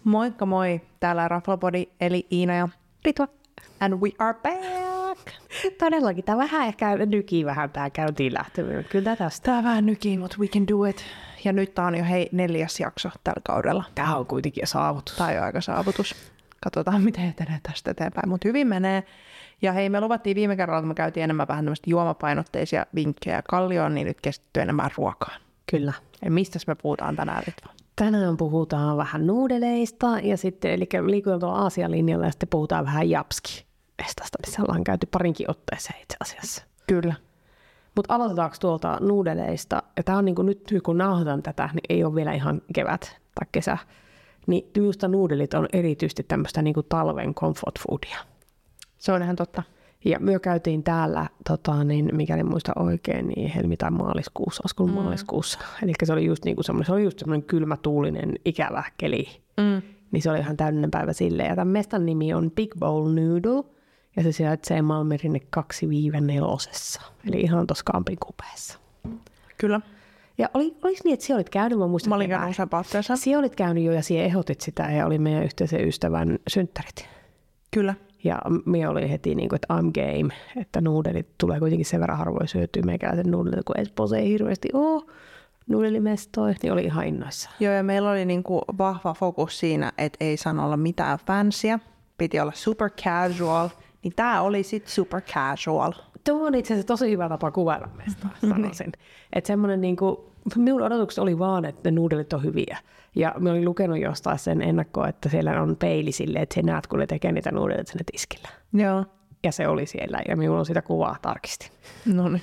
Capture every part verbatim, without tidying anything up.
Moikka moi, täällä Raflapodi eli Iina ja Ritva. And we are back! Todellakin, tämä vähän ehkä nykii vähän tämä käyntiin lähteminen. Kyllä tästä. Tää vähän nykii, mutta we can do it. Ja nyt tää on jo hei neljäs jakso tällä kaudella. Tämä on kuitenkin saavutus. Tää on jo aika saavutus. Katsotaan, miten etenee tästä eteenpäin, mutta hyvin menee. Ja hei, me luvattiin viime kerralla, että me käytiin enemmän vähän tämmöistä juomapainotteisia vinkkejä kallioon, niin nyt keskittyy enemmän ruokaan. Kyllä. Eli mistäs me puhutaan tänään, Ritva? Tänään puhutaan vähän nuudeleista, ja sitten, eli liikutaan tuolla Aasian linjalla, ja sitten puhutaan vähän japski-mestasta, missä ollaan käyty parinkin otteeseen itse asiassa. Kyllä. Mutta aloitetaanko tuolta nuudeleista? Ja tämä on niin kuin nyt, kun nauhoitan tätä, niin ei ole vielä ihan kevät tai kesä. Niin minusta nuudelit on erityisesti tämmöistä niin kuin talven comfort foodia. Se on ihan totta. Ja me käytiin täällä, tota, niin, mikäli muista oikein, niin helmi- tai maaliskuussa, olisiko ollut mm. maaliskuussa. Eli se oli just niinku semmoinen, se oli just semmoinen kylmä, tuulinen, ikävä keli. Mm. Niin se oli ihan täydellinen päivä silleen. Ja tämän mestan nimi on Big Bowl Noodle, ja se sijaitsee Malmerinne kaksi nelosessa. Eli ihan tuossa Kampin kupeessa. Kyllä. Ja oli, oliko niin, että sinä olit käynyt, mä muistan. Mä olin käynyt useampaan otteeseen. Sinä olit käynyt jo, ja sinä ehdotit sitä, ja oli meidän yhteisen ystävän synttärit. Kyllä. Ja minä olin heti niin kuin, että I'm game, että nuudelit tulee kuitenkin sen verran harvoin syötyä meikäläisen nuudelit, kun Espoossa ei hirveästi ole nuudelimestoja, niin oli ihan innoissaan. Joo, ja meillä oli niin kuin vahva fokus siinä, että ei sano olla mitään fansia, piti olla super casual, niin tämä oli sitten super casual. Tuo on itse asiassa tosi hyvä tapa kuvailla mestoa, sanoisin. Että semmoinen niin kuin, minun odotukset oli vaan, että ne nuudelit on hyviä. Ja minä olin lukenut jostain sen ennakkoa, että siellä on peili silleen, että sä näet, kun ne tekee niitä nuudelit sinne tiskillä. Joo. Ja se oli siellä, ja minulla on sitä kuvaa tarkistin. Noniin.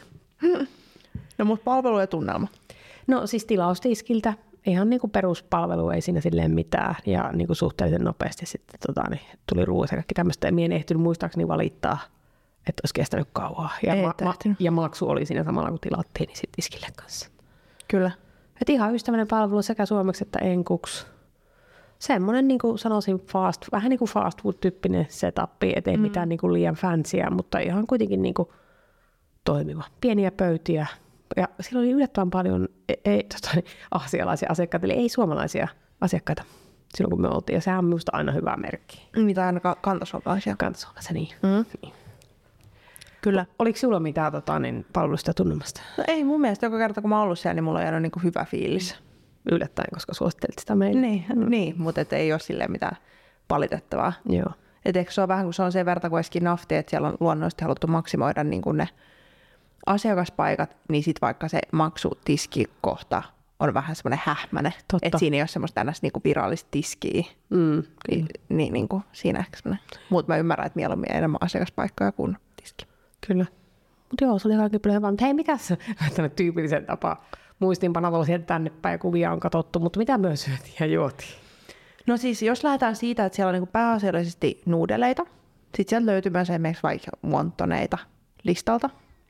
No, mutta palvelu ja tunnelma. No siis tilaustiskiltä. Ihan niin kuin peruspalvelu, ei siinä silleen mitään. Ja niin kuin suhteellisen nopeasti sitten tota, niin tuli ruoassa kaikki tämmöistä. Ja minä en ehtinyt muistaakseni valittaa, että olisi kestänyt kauaa. Ja, ma- ma- ja maksu oli siinä samalla, kun tilattiin, niin sitten tiskille kanssa. Kyllä. Et ihan ystävällinen palvelu sekä suomeksi että enkuksi. Semmoinen, niin kuin sanoisin, fast, vähän niin kuin fast food-tyyppinen setup, et ei mm. mitään niin kuin liian fancyä, mutta ihan kuitenkin niin kuin toimiva. Pieniä pöytiä. Ja siellä oli yllättävän paljon ei, tota, niin, aasialaisia asiakkaita, eli ei suomalaisia asiakkaita silloin, kun me oltiin. Ja sehän on minusta aina hyvä merkki. Mitä aina kantasuomalaisia. Kantasuomalaisia, niin. Mm. niin. Kyllä. Oliko sinulla mitään tota, niin, palvelusta ja tunnelmasta? No ei mun mielestä. Joka kerta, kun mä oon ollut siellä, niin mulla on jäänyt niin kuin hyvä fiilis. Yllättäen, koska suosittelit sitä meille. Niin, mm. niin mutta et ei ole silleen mitään valitettavaa. Joo. Et eikö se ole vähän kuin se on sen verta kuin eskin nafti, että siellä on luonnollisesti haluttu maksimoida niin kuin ne asiakaspaikat, niin sitten vaikka se maksutiskikohta on vähän semmoinen hähmäinen, että siinä ei ole semmoista ns. Niinku virallista tiskiä, mm, niin, niin, niin kuin siinä ehkä semmoinen. Mutta mä ymmärrän, että mieluummin enemmän asiakaspaikkoja kuin tiski. Kyllä. Mutta joo, se oli kaikki paljon hyvä. Mutta hei, mitäs tänne tyypillisen tapa muistiinpanolla sieltä tänne päin kuvia on katsottu, mutta mitä myös syötiin ja juotiin? No siis, jos lähdetään siitä, että siellä on niinku pääasiallisesti nuudeleita, sitten sieltä löytyy myös esimerkiksi vaikka wontoneita listalta.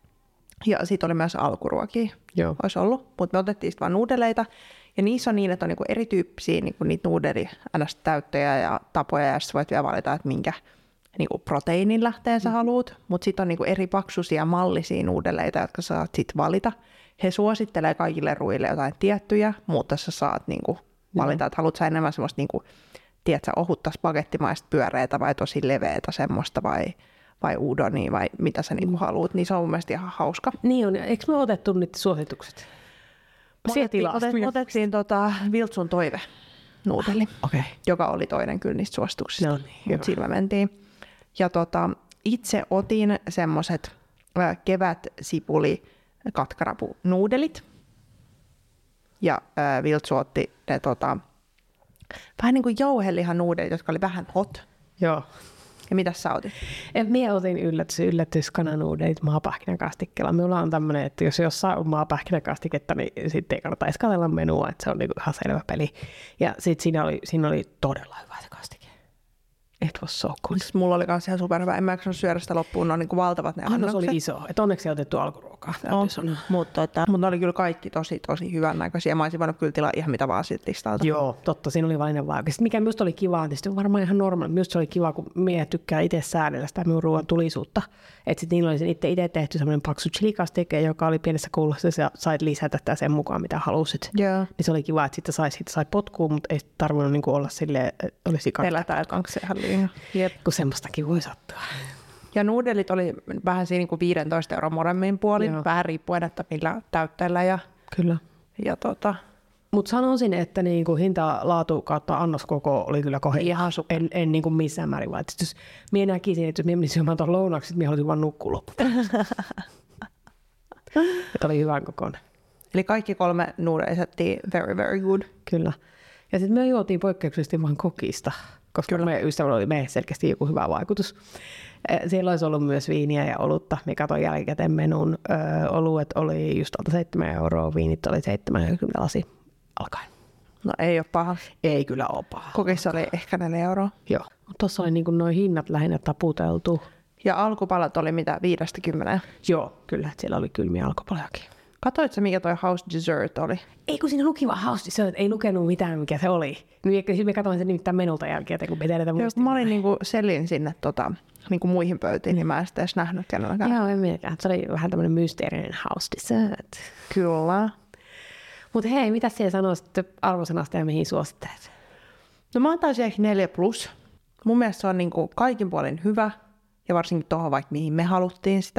Ja sitten oli myös alkuruokia, Joo. olisi ollut, mutta me otettiin sitten vaan nuudeleita. Ja niissä on niin, että on niinku erityyppisiä niinku niitä nuudeli-täyttöjä ja tapoja, ja sitten voit vielä valita, että minkä niinku proteiinin lähteen sä haluut. Mutta sitten on niinku eri paksuisia mallisia nuudeleita, jotka saat sitten valita. He suosittelee kaikille ruille jotain tiettyjä, mutta sä saat niinku valita, Joo. että haluat sä enemmän semmoista niinku, tiedätkö, ohutta spagettimaista pyöreitä vai tosi leveätä semmoista vai... vai udonia, vai mitä sä niinku haluut, niin se on mun mielestä ihan hauska. Niin on, eikö me otettu nyt suositukset? Otettiin, otet, otettiin tota Viltsun toive nuuteli, okay. joka oli toinen kyllä niistä suosituksista, no niin, mutta sillä me mentiin. Ja tota, itse otin semmoset äh, kevät sipuli katkarapu nuudelit, ja äh, Viltsu otti ne tota, vähän niin kuin jauhelihan nuudelit, jotka oli vähän hot. Joo. Ja mitä sä otit? Minä otin yllätys, yllätys kananuudelit maapähkinäkastikkeella. Minulla on tämmöinen, että jos jossain on maapähkinäkastiketta, niin sitten ei kannata edes katsella menua, että se on niinku ihan selvä peli. Ja sitten siinä oli, siinä oli todella hyvä se kastike. It was so good. Siis mulla oli kans ihan superhyvä. En mä jaksanut syödä sitä loppuun. Ne on niinku valtavat ne Annos annokset. oli iso. Et onneksi ei otettu alkuruokaa. No, mutta tota, mut ne oli kyllä kaikki tosi, tosi hyvän näköisiä. Mä olisin voinut kyllä tilaa ihan mitä vaan siitä listalta. Joo, totta. Siinä oli valinnanvaikeus. Sitten mikä minusta oli kiva, on tietysti varmaan ihan normaali. Minusta se oli kiva, kun miehet tykkää itse säädellä sitä minun ruoan tulisuutta. Että sitten niillä oli sen itse, itse tehty semmoinen paksu chilikastike, joka oli pienessä kullossa. Ja sait lisätä sitä sen mukaan, mitä halusit. Joo. Niin se oli kiva, että sitten sai, siitä sai potkua, mutta ei tarvinnut niinku olla silleen, että olisi Pelätään, että onko se ihan liian. Jep. kun semmoistakin voi sattua. Ja nuudelit oli vähän siinä niin viisitoista euroa molemmin puolin, Joo. vähän riippuen, että millä täytteellä. Ja, Kyllä. ja tota, Mutta sanoisin, että niinku hinta, laatu kautta annoskoko oli kyllä kohdalla. Ihan super. En, en niinku missään määrin vaan. Jos minä näkisin, että jos minä menisin syömään tuon lounaksi, sitten minä haluaisin vaan nukkua loppuun. Että oli hyvän kokoinen. eli kaikki kolme nuudelisettiin very, very good. Kyllä. Ja sitten me juotiin poikkeuksellisesti vain kokista, koska kyllä. meidän ystävällä oli meihin selkeästi joku hyvä vaikutus. Eh, Siellä olisi ollut myös viiniä ja olutta. Mikä katsoin jälkikäteen menun. Ö, oluet oli just alta seitsemän euroa, viinit oli seitsemänkymmentä lasi alkaen. No ei ole paha. Ei kyllä ole paha. Kokissa oli ehkä neljä euroa. Joo. Tuossa oli niinku noin hinnat lähinnä taputeltu. Ja alkupalat oli mitä viidestä kymmeneen. Joo, kyllä. Siellä oli kylmiä alkupalojakin. Katoitko mikä toi house dessert oli? Ei kun siinä luki vaan house dessert, ei lukenut mitään mikä se oli. Sitten me katsoin sen nimittäin menulta jälkeen, kun me tiedetään Joo, kun mä olin niinku selin sinne tota, niinku muihin pöytiin, niin mä en sitä edes nähnyt kenelläkään. Joo, en minäkään. Se oli vähän tämmöinen mysteerinen house dessert. Kyllä. Mutta hei, mitä siellä sanoisit arvosanasta ja mihin suosittelet? No mä antaisin ehkä neljä plus. Mun mielestä se on niinku kaikin puolin hyvä. Ja varsinkin tuohon vaikka mihin me haluttiin sitä.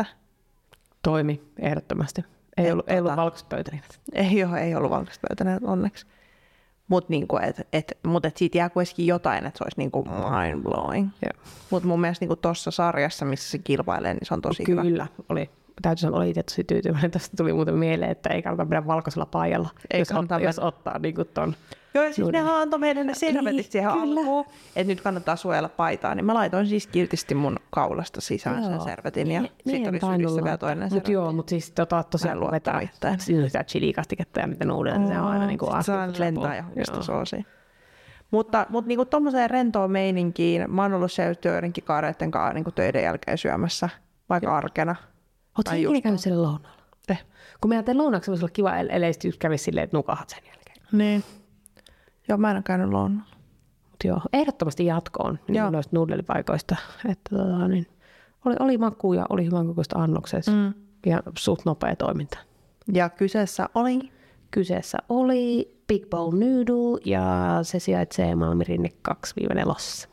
Toimi, ehdottomasti. Ei Et ollut, ei ollut tota- valkoiset pöytäliinat. Ei ole, ei ollut valkoista pöytäneet onneksi. Mutta niinku, et, et, mut et siitä jää kuitenkin jotain, että se olisi niinku mind blowing. Mutta mun mielestä niinku tuossa sarjassa, missä se kilpailee, niin se on tosi hyvä. Kyllä, oli. Täytyy sanoa, oli itse tosi tyytyväinen. Tästä tuli muuten mieleen, että ei kannata mennä valkoisella paijalla, Ei jos, kannata ot, mennä. jos ottaa niin kuin ton. Joo, ja siis nehän antoi meidän ne servetit Niin, siihen kyllä. alkuun, että nyt kannattaa suojella paitaa. Niin mä laitoin siis kiltisti mun kaulasta sisään sen Joo. servetin ja Niin, sitten oli tainnut sylissä vielä laittaa. toinen Mut servetti. joo, mutta siis tota, tosiaan Mä en vetää luottanut itseäni. siinä on sitä chilikastiketta ja mitä nuudelia, se on aina niin kuin Sitten saa lentää Joo. johonkin sitä soosiin. Mutta, mutta niinku tommoseen rentoon meininkiin, mä oon ollut siellä joidenkin kaareiden kanssa niinku töiden jälkeen syömässä, vaikka arkena. Ootko Tai ikinä just käynyt siellä lounaalla? Eh. Kun mä teen lounaksi, voisi olla kiva, ellei sitten just kävisi silleen, että nukahat sen jälkeen. Niin. Joo, mä en ole käynyt lounalla. Mut joo, ehdottomasti jatkoon niin Joo. noista nuudelipaikoista. Että, tota, niin, oli, oli maku ja oli hyvän kokoista annoksessa Mm. ja suht nopea toiminta. Ja kyseessä oli... Kyseessä oli Big Bowl Noodle ja se sijaitsee Malmirinne kaksi neljä.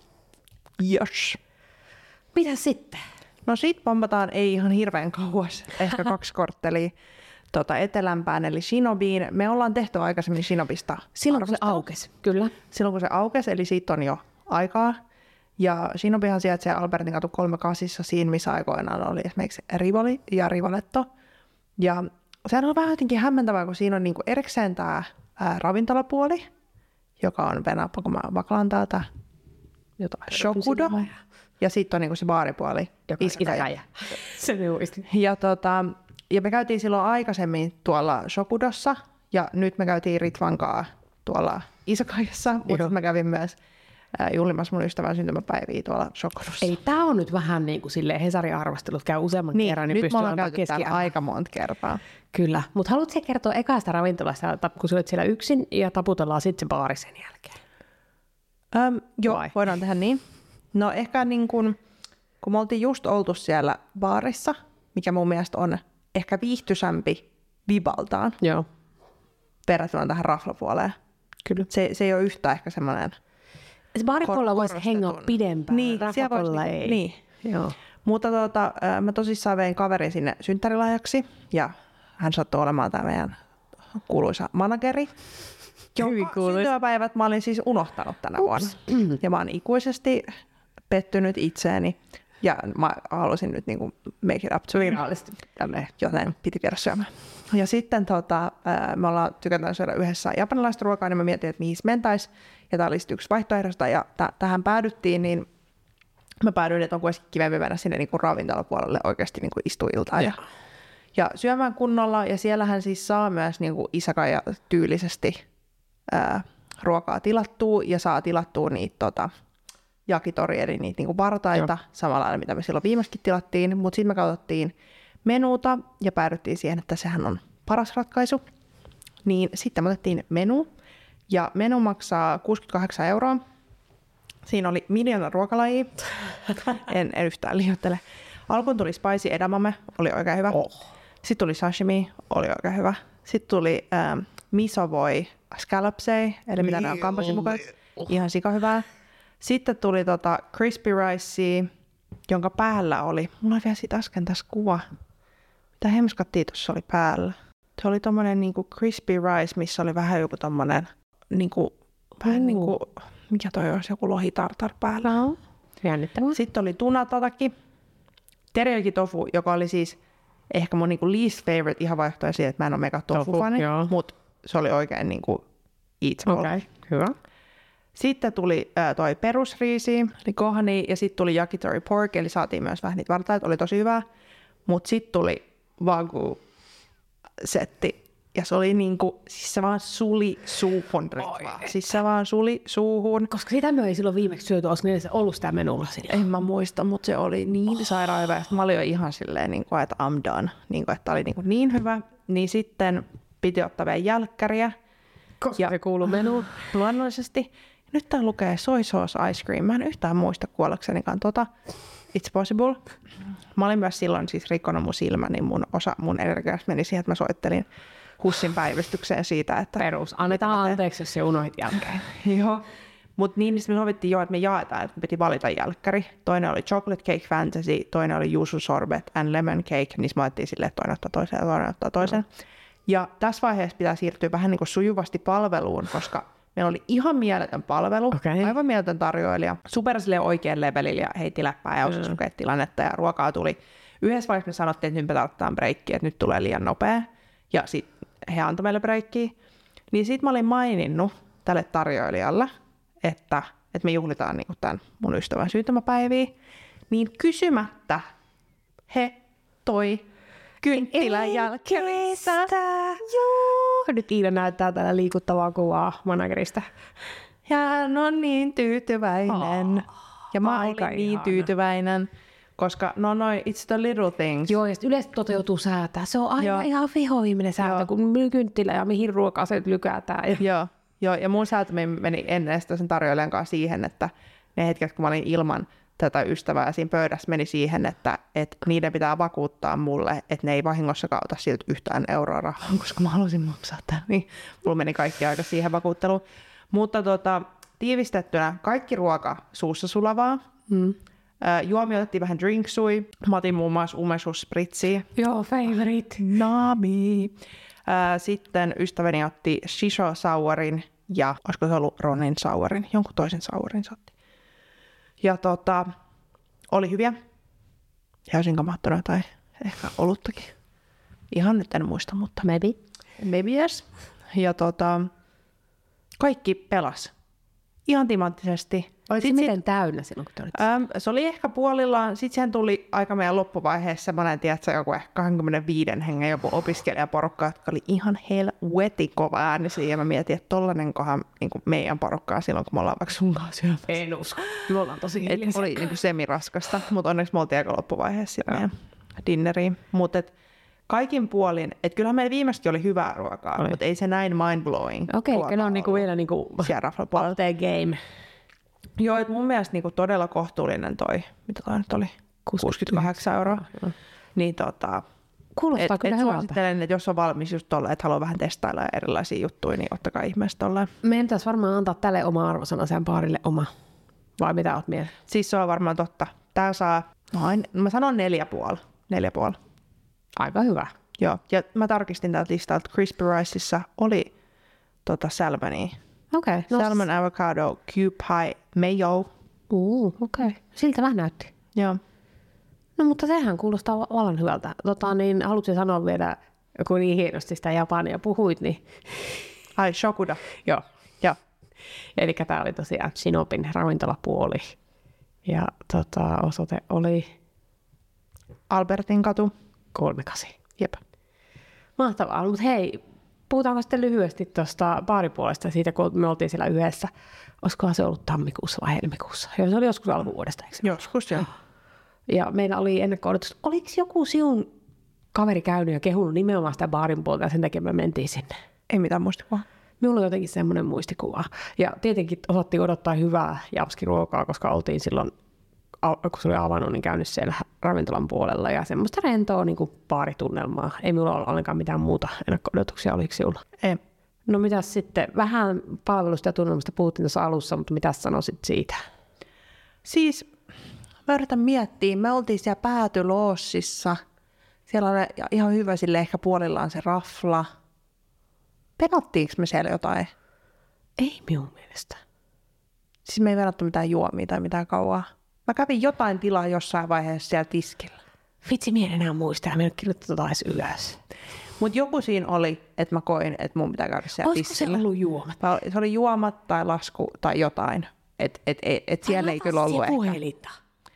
Yes. Mitä sitten? No sit pompataan ei ihan hirveän kauas, ehkä kaksi korttelia tota, etelämpään, eli Shinobiin. Me ollaan tehty aikaisemmin Shinobista Silloin kun se arvostelua. aukesi, kyllä. Silloin kun se aukesi, eli siitä on jo aikaa. Ja Shinobihan sijaitsee Albertin katu kolmekymmentäkahdeksan, siinä missä aikoinaan oli esimerkiksi Rivoli ja Rivoletto. Ja sehän on vähän jotenkin hämmentävää, kun siinä on niinku erikseen tämä ää, ravintolapuoli, joka on venäpä, kun mä vaklaan täältä Jotain. Shokudo. Ja sitten on niinku se baaripuoli. Joka Isakaja. Se muisti. Ja, tota, ja me käytiin silloin aikaisemmin tuolla Shokudossa, ja nyt me käytiin Ritvankaa tuolla Isakajassa, mutta mä kävin myös äh, juhlimassa mun ystävän syntymäpäiviä tuolla Shokudossa. Eli tämä on nyt vähän niin kuin silleen Hesarin arvostelut käy useamman niin, kerran, niin nyt me pystyy ollaan antaa käyty täällä keskiarvoa. aika monta kertaa. Kyllä, mutta haluatko kertoa ekaista ravintolasta, kun sä olet siellä yksin ja taputellaan sitten se baari sen jälkeen? Öm, joo, Vai? voidaan tehdä niin. No ehkä niin kun, kun me oltiin just oltu siellä baarissa, mikä mun mielestä on ehkä viihtyisämpi vibaltaan Joo, verrattuna tähän raflapuoleen. kyllä. Se, se ei ole yhtä ehkä semmoinen... Se baaripuolella voisi korostetun. hengaa pidempään, Niin, siellä voisi raflapuolella niinku- ei. niin. Joo. Mutta tota, ää, mä tosissaan vein kaverin sinne synttärilahjaksi ja hän sattui olemaan tämä meidän kuuluisa manageri. Hyvin Jonka kuuluisa. syntymäpäivät mä olin siis unohtanut tänä vuonna. Ja mä oon ikuisesti pettynyt itseeni ja mä halusin nyt niinku make it up to him. Virallisesti tälleen. Joten piti käydä syömään. Ja sitten tota, ää, me ollaan tykätään syödä yhdessä japanilaista ruokaa, niin mä mietin, että mihin mentäis. Ja tää oli sitten yksi vaihtoehdosta ja t- tähän päädyttiin, niin mä päädyin, että on kuitenkin kivempi mennä sinne niinku ravintolapuolelle oikeasti niinku istuiltaan ja, ja syömään kunnolla. Ja siellähän siis saa myös niinku isakaja tyylisesti ää, ruokaa tilattua ja saa tilattua niitä tota, Jakitori, eli niitä niinku vartaita, Joo. samalla lailla mitä me silloin viimeiskin tilattiin, mutta sitten me katsottiin menuuta ja päädyttiin siihen, että sehän on paras ratkaisu. Niin sitten me otettiin menu, ja menu maksaa kuusikymmentäkahdeksan euroa. Siinä oli miljoona ruokalajia, en, en yhtään liioittele. Alkuun tuli spicy edamame, oli oikein hyvä. Oh. Sitten tuli sashimi, oli oikein hyvä. Sitten tuli ähm, miso voi scallopsei, eli mitä ne on kampasin mukaan. Ihan sika hyvää. Sitten tuli tota crispy ricea, jonka päällä oli, mulla oli vielä siitä äsken tässä kuva. Mitä hemskattiin tuossa oli päällä? Se oli tommonen niinku crispy rice, missä oli vähän joku tommonen, niinku, vähän uh. niinku, mikä toi olisi, joku lohitartar päällä. No. Jännittävää. Sitten oli tunatataki, teriyaki tofu, joka oli siis ehkä mun niinku least favorite ihan vaihtoehto siihen, että mä en ole mega tofu-fani, mutta se oli oikein niinku eatable. Okei, okay, hyvä. Sitten tuli äh, toi perusriisi, eli kohani, ja sitten tuli yakitori pork, eli saatiin myös vähän niitä vartaita, oli tosi hyvää. Mutta sitten tuli wagyu-setti, ja se oli niinku, siis se vaan suli suuhun. Siis se vaan suli suuhun. Koska sitä me ei silloin viimeksi syöty, olisiko ne ollut sitä menulla silloin? En mä muista, mutta se oli niin oh. sairaan hyvä. Mä olin jo ihan silleen, niin kuin, että I'm done, niin kuin, että oli niin, kuin niin hyvä. Niin sitten piti ottaa vielä jälkkäriä. Koska ja se kuuluu menuun. Luonnollisesti. Nyt tää lukee soy sauce ice cream. Mä en yhtään muista kuollaksenikaan tota. It's possible. Mä olin myös silloin siis rikkonut mun silmä, niin mun osa mun energiasta meni siihen, että mä soittelin Hussin päivystykseen siitä, että... Perus. Annetaan anteeksi, jos se unohit jälkeen. Joo. Mutta niin, niin me sovittiin jo, että me jaetaan, että me piti valita jälkkäri. Toinen oli chocolate cake fantasy, toinen oli yuzu sorbet and lemon cake. Niin me otettiin silleen, että toinen ottaa toisen ja toinen ottaa toisen. No. Ja tässä vaiheessa pitää siirtyä vähän niin kuin sujuvasti palveluun, koska meillä oli ihan mieletön palvelu, okay. aivan mieletön tarjoilija, super silleen oikean levelillä ja heitti läppää ja osasi lukea tilannetta ja ruokaa tuli. Yhdessä vaiheessa me sanottiin, että nyt me tarvitaan breikkiä, että nyt tulee liian nopea. Ja sitten he antoi meille breikkiä. Niin sitten mä olin maininnut tälle tarjoilijalle, että, että me juhlitaan niin tämän mun ystävän syntymäpäiviä. Niin kysymättä he toi kynttilän jälkkärissä. Joo. Nyt Iina näyttää täällä liikuttavaa kuvaa managerista. Ja hän on niin tyytyväinen. Oh, ja mä olin niin ihana. tyytyväinen. Koska no noi, it's the little things. Joo, ja yleensä toteutuu säätää. Se on aivan Joo. ihan vihoviimeinen säätö, Joo. kun kynttilä ja mihin ruokaa se lykätään. Joo. Joo, ja mun säätö meni ennen sitä sen tarjoilijan kanssa siihen, että ne hetket, kun mä olin ilman tätä ystävää siinä pöydässä, meni siihen, että, että niiden pitää vakuuttaa mulle, että ne ei vahingossakaan ota siltä yhtään euroa rahaa, koska mä halusin maksaa tämän. Niin mulla meni kaikki aika siihen vakuutteluun. Mutta tota, tiivistettynä kaikki ruoka suussa sulavaa. Hmm. Juomia otettiin vähän drinksui. Mä otin muun muassa umesus spritsiä. Joo, favorite. Nami. Sitten ystäväni otti shisho sauerin ja olisiko se ollut Ronin sauerin, jonkun toisen sauerin se otti. Ja tota, oli hyviä. Ja olisinko mahtunut jotain ehkä oluttakin. Ihan nyt en muista, mutta maybe. Maybe yes. Ja tota, kaikki pelas. Ihan timanttisesti. Oliko se miten täynnä silloin, kun te olitte? Äm, se oli ehkä puolillaan. Sitten siihen tuli aika meidän loppuvaiheessa semmoinen, tiedätkö, joku ehkä kaksikymmentäviisi hengen joku opiskelijaporukka, jotka oli ihan helvetin kova äänisiä. Ja mä mietin, että tollanenkohan niin meidän porukkaa silloin, kun me ollaan vaikka sun kanssa syömässä. En usko. Me ollaan tosi hiljaisia. Oli niin semiraskasta, mutta onneksi me oltiin aika loppuvaiheessa meidän dinneriin. Mutta kaikin puolin, että kyllähän meillä viimeisesti oli hyvää ruokaa, oli. Mutta ei se näin mind-blowing. Okei, okay, ne on niinku vielä niinku up the game. Joo, että mun mielestä niinku todella kohtuullinen toi, mitä toi nyt oli, kuusikymmentäkahdeksan euroa. No. Niin tota, kuulostaa et, kyllä et hyvältä. Suosittelen, että jos on valmis just tolle, että haluaa vähän testailla erilaisia juttuja, niin ottakaa ihmeessä tolleen. Meidän pitäisi varmaan antaa tälle oma arvosana sen paarille oma. Vai mitä oot mieltä? Siis se on varmaan totta. Tää saa, noin, mä sanon neljä puoli. Neljä puoli. Aika hyvä. Joo, ja mä tarkistin täältä listalta, Crispy Riceissa oli tota salmonia. Okei. Okay, no Salmon avocado cube pie mayo. Uh, okei. Okay. Siltä vähän näytti. Joo. No mutta sehän kuulostaa vallan hyvältä. Tota, niin haluatko sanoa vielä, kun niin hienosti sitä japania puhuit, niin... Ai, shokuda. Joo. Joo. Eli tämä oli tosiaan Shinobin ravintolapuoli. Ja tota, osoite oli... Albertin katu. kolmekymmentäkahdeksan. Jep. Mahtavaa, mutta hei, puhutaanko sitten lyhyesti tuosta baaripuolesta siitä, kun me oltiin siellä yhdessä. Olisikohan se ollut tammikuussa vai helmikuussa? Joo, se oli joskus alkuvuodesta, eikö se? Joskus, joo. Ja meillä oli ennakko-odotus. Oliko joku sinun kaveri käynyt ja kehunut nimenomaan sitä baarin puolta ja sen takia me mentiin sinne? Ei mitään muistikuvaa. Minulla on jotenkin semmoinen muistikuva. Ja tietenkin osattiin odottaa hyvää japskiruokaa, koska oltiin silloin, kun se oli avannut, niin käynyt siellä ravintolan puolella. Ja semmoista rentoa niin kuin baaritunnelmaa. Ei minulla ole ollenkaan mitään muuta ennakko-odotuksia, oliko sinulla? Ei. No mitäs sitten? Vähän palvelusta ja tunnelmasta puhuttiin tuossa alussa, mutta mitä sanoisit siitä? Siis mä yritän miettiä. Me oltiin siellä päätyloossissa. Siellä oli ihan hyvä sille ehkä puolillaan se rafla. Pelattiinko me siellä jotain? Ei minun mielestä. Siis me ei velattu mitään juomia tai mitään kauaa. Mä kävin jotain tilaa jossain vaiheessa siellä tiskillä. Vitsi, minä en enää muista. Minä en ole kirjoittanut taas ylös. Mutta joku siinä oli, että mä koin, että mun pitää käydä siellä Olisiko tiskillä. se ollut juomat? Se oli juomat tai lasku tai jotain. Että et, et, et siellä ei kyllä ollut ehkä. Puhelinta.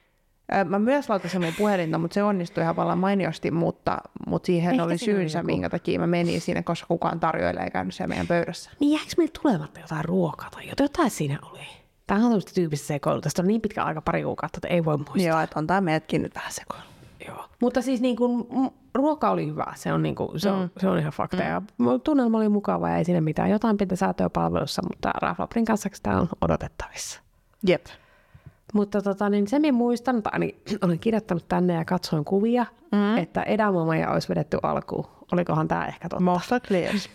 Mä myös laitasin mun puhelinta, mutta se onnistui ihan vallan mainiosti, mutta, mutta siihen Ehkä oli siinä oli syynsä, joku. minkä takia mä menin sinne, koska kukaan tarjoilee ei käynyt siellä meidän pöydässä. Niin jääkö meillä tulematta jotain ruokaa tai jotain? Jotain siinä oli. Tämä on tämmöistä tyypistä sekoilua. Tästä on niin pitkä aika, pari kuukautta, että ei voi muistaa. Joo, että on tää meidätkin nyt vähän sekoilla. Joo. Mutta siis niin kuin, mm, ruoka oli hyvä, se on, niin kuin, se on, Mm. se on ihan fakta. Mm. Ja tunnelma oli mukava ja ei siinä mitään. Jotain pientä säätöä palvelussa, mutta Raflaprin kanssa tämä on odotettavissa. Jep. Mutta tota, niin se minä muistan, tai niin, olin kirjoittanut tänne ja katsoin kuvia, mm. että edamamaja olisi vedetty alkuun. Olikohan tämä ehkä totta? Most likely, yes.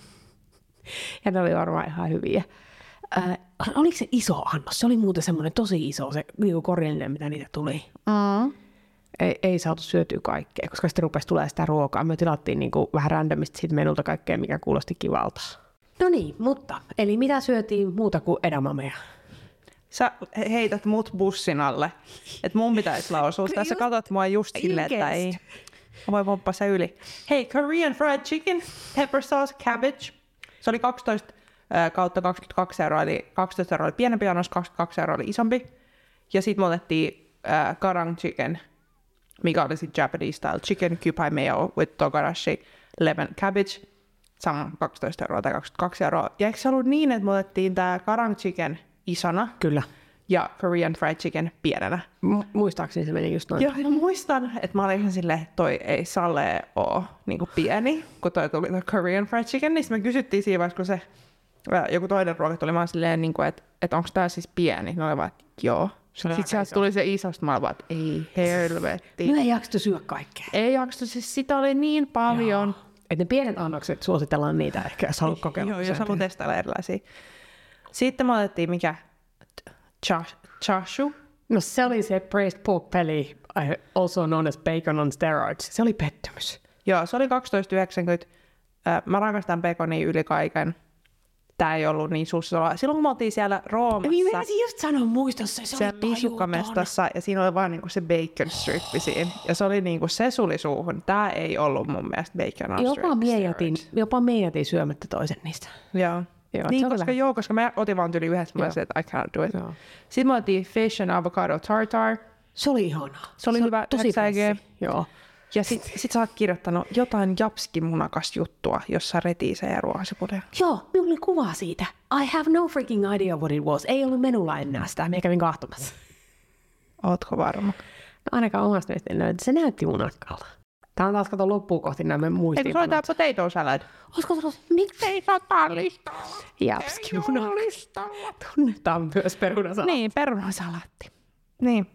Ja ne oli varmaan ihan hyviä. Äh, oliko se iso annos? Se oli muuten semmoinen tosi iso, se niinku korjallinen, mitä niitä tuli. Mm. Ei, ei saatu syötyä kaikkea, koska sitten rupesi tulemaan sitä ruokaa. Me tilattiin niinku vähän randomista siitä menulta kaikkea, mikä kuulosti kivalta. No niin, mutta eli mitä syötiin muuta kuin edamameja? Sä heität mut bussin alle, että mun pitäisi lausua. Tässä katot mua just silleen, että ei. Mä voin pomppaa se yli. Hei, Korean fried chicken, pepper sauce, cabbage. Se oli kaksitoista äh, kautta kaksikymmentäkaksi euroa, eli kaksitoista euroa oli pienempi annos, kaksikymmentäkaksi euroa oli isompi. Ja sit me otettiin äh, karang chicken, mikä oli sit Japanese style chicken, kypai mayo with togarashi, lemon cabbage. Sama kaksitoista euroa tai kaksikymmentäkaksi euroa. Ja eikö se ollut niin, että me otettiin tää karang chicken isona? Kyllä. Ja Korean fried chicken pienenä. M- muistaakseni se meni just noin. Joo, ja muistan, että mä olin ihan silleen, että toi ei Salle oo niin pieni, kun toi tuli toi Korean fried chicken, niin me kysyttiin siinä vaiheessa, kun se ää, joku toinen ruoka tuli, mä olin silleen, niin kuin, että, että onko tää siis pieni? Ne oli vaan, että joo. Sitten sieltä tuli se isosta, mä olin vaan, että ei helvetti. Nyt ei jaksettu syödä kaikkea. Ei jaksettu, siis sitä oli niin paljon. Joo. Että ne pienet annokset, suositellaan niitä ehkä, jos haluat kokeilla. Joo, jos haluat testailla erilaisia. Sitten me otettiin mikä? Cha- chashu. No se oli se braised pork belly, also known as bacon on steroids. Se oli pettymys. Joo, se oli kaksitoista yhdeksänkymmentä. Mä rakastan baconia yli kaiken. Tää ei ollut niin sussilla. Silloin kun me oltiin siellä Roomassa, Minä just sanoin muistossa, se siellä oli pisukkamestassa, ja siinä oli vaan niinku se bacon strippi siinä. Ja se oli niinku, se suli suuhun. Tää ei ollut mun mielestä bacon on Jopa strippi mie jätin, jopa mie jätin syömättä toisen niistä. Joo. Joo, niin, se oli koska, vähän- joo, koska mä otin vaan yli yhdessä, mä olisin, että I can't do it. Joo. Sitten me otin fish and avocado tartar. Se oli ihanaa. Se oli hyvä, tosi yhdeksän fancy. G. Joo. Ja sit, sit sä oot kirjoittanut jotain japskimunakas juttua, jossa retii se ja ruohasipulia. Joo, minulla oli kuva siitä. I have no freaking idea what it was. Ei ollut menulla enää sitä, minä kävin kahtomassa. Ootko varma? No ainakaan omasta mielestä en löytä. Se näytti munakkalta. Tämä on taas kato loppuun kohti nämä Eikö se ole muistiinpanot. tää potato salad? Olisiko se ollut, miksei sata listalla? Japski listalla. Tunnetaan myös perunasala. Niin, perunasalaatti. Niin.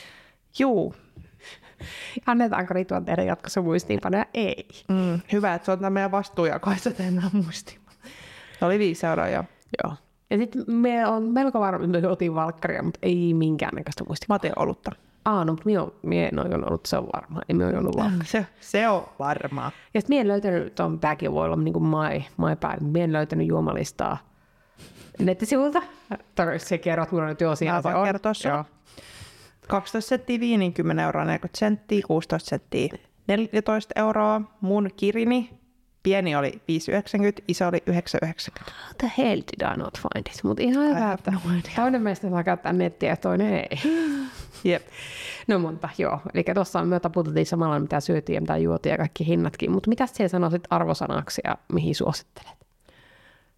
Juu. Annetaanko Ritvan tehdä jatkossa muistiinpanoja? Ei. Mm, hyvä, että se on meidän vastuujakoissa tehdään muistiinpanoja. Se oli viisi euroa jo. Joo. Ja sitten me on melko varma, että me otin valkkaria, mutta ei minkäännäköistä muistiinpanoja. Mä otin olutta. Aa, no, mutta mie, on- mie en ole ollut, se on varma. Ei mie ole ollut valkkaria. Se, se on varmaa. Ja sitten mie en löytänyt tuon Bag of Oil, niin kuin my, my bag, mie en löytänyt juomalistaa nettisivulta. Tai se kerrot, mulla nyt jo siellä Mä se voin on. kertoa sulle. Joo. kaksitoista senttiä viiniin, kymmenen euroa neljäkymmentä senttiä, kuusitoista senttiä neljätoista euroa. Mun kirini, pieni oli viisi yhdeksänkymmentä, iso oli yhdeksän yhdeksänkymmentä. How the hell did I not find it? Mutta ihan hyvä, have että no idea. toinen meistä saa käyttää nettiä ja toinen ei. Jep. No mutta joo, eli tuossa me taputeltiin samalla, mitä syötiin ja mitä juotiin ja kaikki hinnatkin. Mutta mitä siellä sanoisit arvosanaksi ja mihin suosittelet?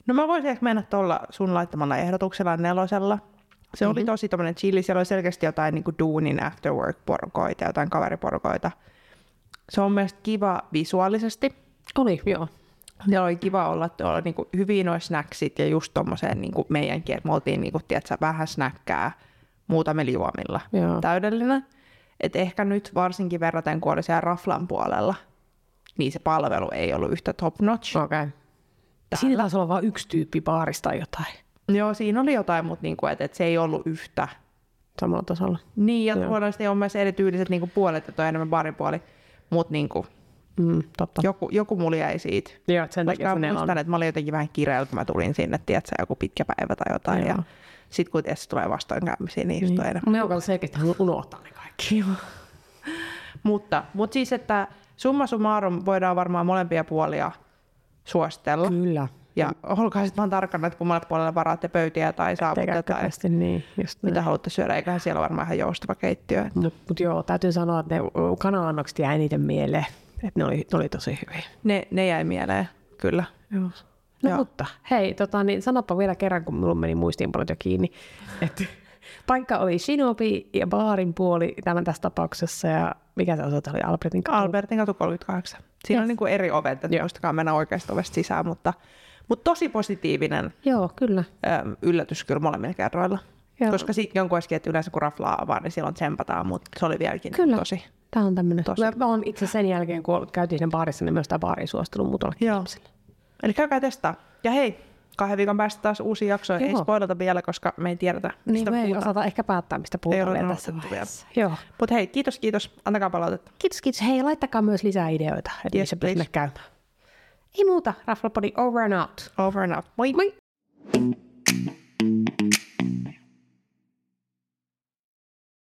No mä voisin ehkä mennä tuolla sun laittamalla ehdotuksella nelosella. Se mm-hmm. oli tosi tommonen chilli, siellä oli selkeästi jotain niin kuin duunin afterwork-porukoita, jotain kaveriporukoita. Se on mielestäni kiva visuaalisesti. Oli, joo. Siellä oli kiva olla tuolla niin kuin hyvin noi snacksit ja just tommoseen niin kuin meidänkin, että me oltiin niin kuin, tiedätkö, vähän snäkkää muutamilla juomilla. Joo. Täydellinen. Että ehkä nyt varsinkin verraten, kun oli siellä raflan puolella, niin se palvelu ei ollut yhtä top notch. Okei. Okay. Siinä taisi olla vain yksi tyyppi baarista tai jotain. Joo, siinä oli jotain, mutta niinku, et, et se ei ollut yhtä. Samalla tasolla. Niin, ja luonnollisesti on myös erityyliset niinku puolet, että on enemmän baaripuoli, mutta niinku, mm, joku, joku mulla jäi siitä. Joo, sen takia mä muistan, että mä olin jotenkin vähän kireellä, kun mä tulin sinne, tiedätkö, joku pitkä päivä tai jotain. Joo. Ja sitten kun tietysti tulee vastoinkäymisiä, niin just niin. enemmän. Me on selkeästi halunnut unohtaa ne kaikki. Joo. mutta, mutta siis, että summa summarum voidaan varmaan molempia puolia suositella. Kyllä. Ja olkaa sitten vaan tarkkana, että kummalle puolelle varaatte pöytiä tai saavutte tai niin, just mitä näin. haluatte syödä. Eiköhän siellä ole varmaan ihan joustava keittiö. Mutta mut joo, täytyy sanoa, että ne kana-annokset jäi eniten mieleen. Että ne oli, ne oli tosi hyviä. Ne, ne jäi mieleen, kyllä. Joo. No joo. mutta, hei, tota, niin sanoppa vielä kerran, kun minulla meni muistiinpanot jo kiinni. Että paikka oli Shinobi ja baarin puoli tämän tässä tapauksessa. Ja mikä se osoite oli? Albertin katu? Albertin katu kolmekymmentäkahdeksan. Siinä yes. on niin kuin eri ovet, että muistakaa mennä oikeasta ovesta sisään, mutta... Mutta tosi positiivinen Joo, kyllä. Äm, yllätys kyllä molemmilla kerroilla. Joo. Koska sitten jonkun olisikin, että yleensä kun raflaa avaa, niin silloin tsempataan, mutta se oli vieläkin kyllä. tosi. Tämä on tämmöinen. Tosi. Mä oon itse sen jälkeen, kun käytiin sen baarissa, niin myös tämä baari suostunut muutollekin ihmisille. Eli käykää testaa. Ja hei, kahden viikon päästä taas uusi jakso. Joo. Ei spoilata vielä, koska me ei tiedetä, mistä niin, puhutaan. Niin, me ei osata ehkä päättää, mistä puhutaan vielä tässä vaiheessa. Joo. Mutta hei, kiitos, kiitos. Antakaa palautetta. Kiitos, kiitos. Hei, laittakaa myös lisää ideoita, että yes, missä pystymme käymään. Ei muuta, Raflapodi over and out. Over and out. Moi! Moi!